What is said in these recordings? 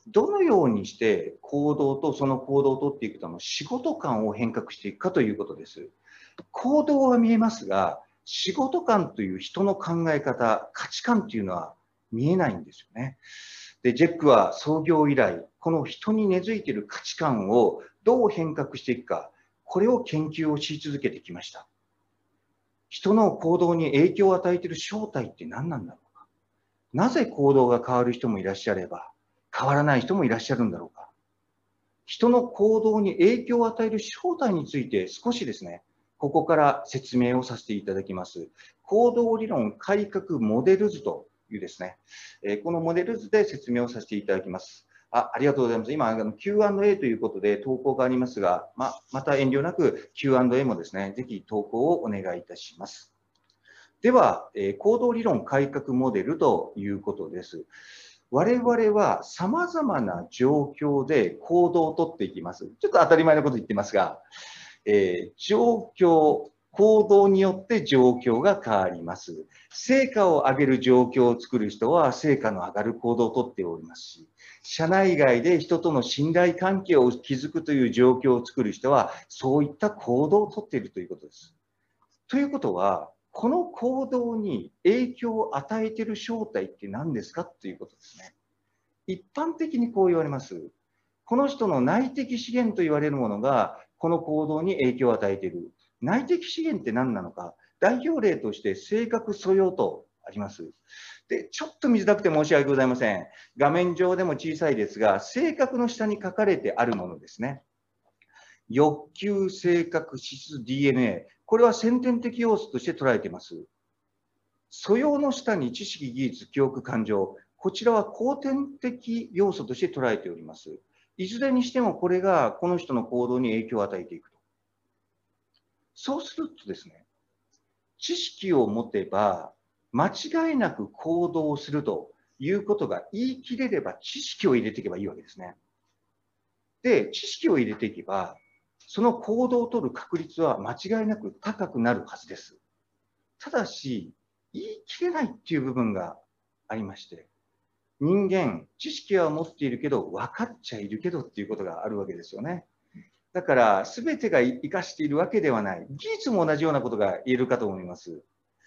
どのようにして行動とその行動をとっていくとの仕事観を変革していくかということです。行動は見えますが、仕事観という人の考え方、価値観というのは見えないんですよね。で、ジェックは創業以来、この人に根付いている価値観をどう変革していくか、これを研究をし続けてきました。人の行動に影響を与えている正体って何なんだろうか。なぜ行動が変わる人もいらっしゃれば、変わらない人もいらっしゃるんだろうか。人の行動に影響を与える正体について少しですね、ここから説明をさせていただきます。行動理論改革モデル図というですね、このモデル図で説明をさせていただきます。ありがとうございます。今、Q&A ということで投稿がありますが、また遠慮なく Q&A もですね、ぜひ投稿をお願いいたします。では、行動理論改革モデルということです。我々は様々な状況で行動をとっていきます。ちょっと当たり前のこと言ってますが、状況、行動によって状況が変わります。成果を上げる状況を作る人は成果の上がる行動をとっておりますし、社内外で人との信頼関係を築くという状況を作る人はそういった行動をとっているということです。ということは、この行動に影響を与えている正体って何ですかということですね。一般的にこう言われます。この人の内的資源と言われるものが、この行動に影響を与えている。内的資源って何なのか。代表例として性格素養とあります。で、ちょっと見づらくて申し訳ございません。画面上でも小さいですが、性格の下に書かれてあるものですね。欲求、性格、資質、DNA。これは先天的要素として捉えています。素養の下に知識、技術、記憶、感情。こちらは後天的要素として捉えております。いずれにしてもこれがこの人の行動に影響を与えていくと。そうするとですね、知識を持てば間違いなく行動をするということが言い切れれば知識を入れていけばいいわけですね。で、知識を入れていけば、その行動を取る確率は間違いなく高くなるはずです。ただし、言い切れないっていう部分がありまして、人間、知識は持っているけど、分かっちゃいるけどっていうことがあるわけですよね。だから、すべてが生かしているわけではない。技術も同じようなことが言えるかと思います。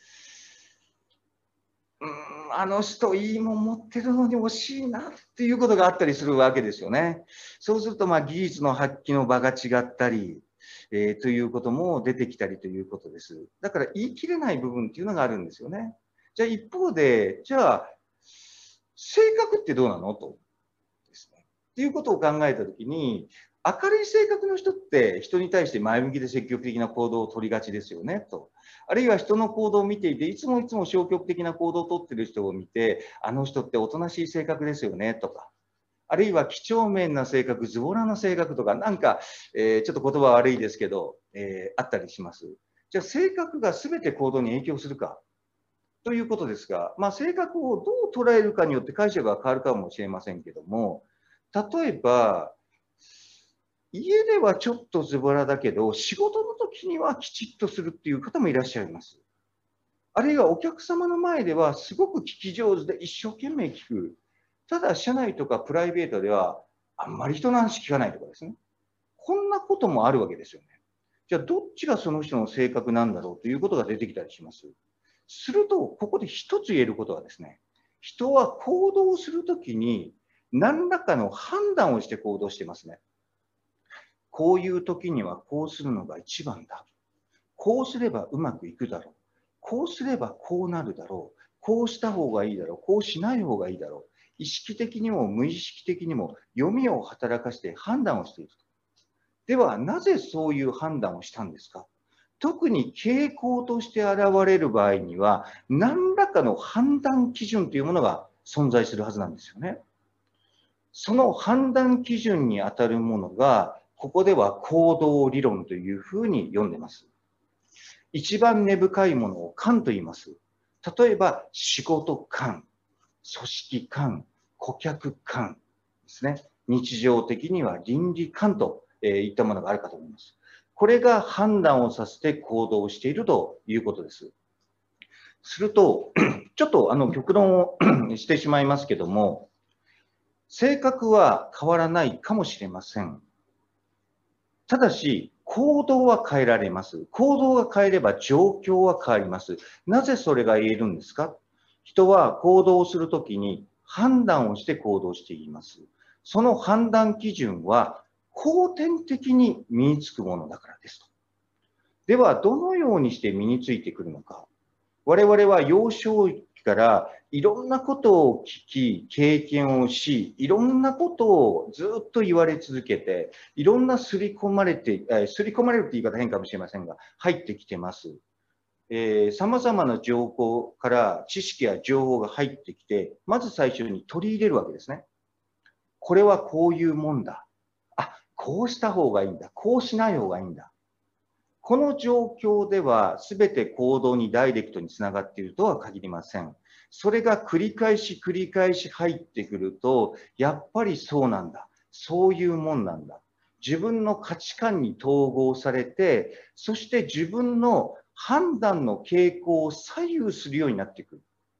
あの人いいもん持ってるのに惜しいなっていうことがあったりするわけですよね。そうすると、技術の発揮の場が違ったり、ということも出てきたりということです。だから言い切れない部分っていうのがあるんですよね。じゃあ一方で、じゃあ、性格ってどうなのとですね。っていうことを考えたときに、明るい性格の人って人に対して前向きで積極的な行動を取りがちですよねと。あるいは人の行動を見ていて、いつも消極的な行動をとっている人を見て、あの人っておとなしい性格ですよねとか。あるいは几帳面な性格、ズボラな性格とか、なんか、ちょっと言葉悪いですけど、あったりします。じゃあ性格が全て行動に影響するかということですが、性格をどう捉えるかによって解釈が変わるかもしれませんけども、例えば、家ではちょっとズボラだけど、仕事の時にはきちっとするっていう方もいらっしゃいます。あるいはお客様の前ではすごく聞き上手で一生懸命聞く。ただ、社内とかプライベートではあんまり人の話聞かないとかですね。こんなこともあるわけですよね。じゃあ、どっちがその人の性格なんだろうということが出てきたりします。すると、ここで一つ言えることはですね、人は行動するときに何らかの判断をして行動してますね。こういう時にはこうするのが一番だ。こうすればうまくいくだろう。こうすればこうなるだろう。こうした方がいいだろう。こうしない方がいいだろう。意識的にも無意識的にも読みを働かせて判断をしている。では、なぜそういう判断をしたんですか。特に傾向として現れる場合には、何らかの判断基準というものが存在するはずなんですよね。その判断基準にあたるものが、ここでは行動理論というふうに読んでます。一番根深いものを観と言います。例えば、仕事観、組織観、顧客観ですね。日常的には倫理観といったものがあるかと思います。これが判断をさせて行動しているということです。すると、ちょっと極論をしてしまいますけども、 性格は変わらないかもしれません。ただし、行動は変えられます。行動が変えれば状況は変わります。なぜそれが言えるんですか？人は行動をするときに判断をして行動しています。その判断基準は後天的に身につくものだからですと。では、どのようにして身についてくるのか。我々は幼少期からいろんなことを聞き、経験をし、いろんなことをずっと言われ続けて、いろんな刷り込まれて、刷り込まれるって言い方変かもしれませんが、入ってきてます。様々な情報から知識や情報が入ってきて、まず最初に取り入れるわけですね。これはこういうもんだ。あ、こうした方がいいんだ。こうしない方がいいんだ。この状況では全て行動にダイレクトにつながっているとは限りません。それが繰り返し繰り返し入ってくると、やっぱりそうなんだ。そういうもんなんだ。自分の価値観に統合されて、そして自分の判断の傾向を左右するようになってく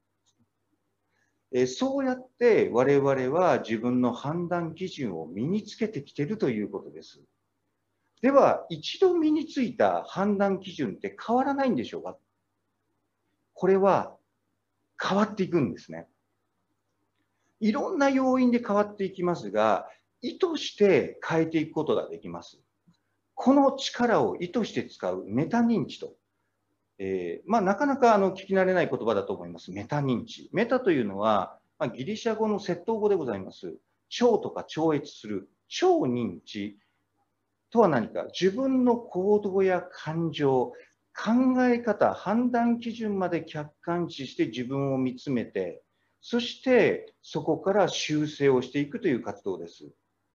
る。そうやって我々は自分の判断基準を身につけてきているということです。では、一度身についた判断基準って変わらないんでしょうか？これは変わっていくんですね。いろんな要因で変わっていきますが、意図して変えていくことができます。この力を意図して使うメタ認知と、なかなか聞き慣れない言葉だと思います。メタ認知。メタというのは、ギリシャ語の窃盗語でございます。超とか超越する。超認知とは何か、自分の行動や感情、考え方、判断基準まで客観視して自分を見つめて、そしてそこから修正をしていくという活動です。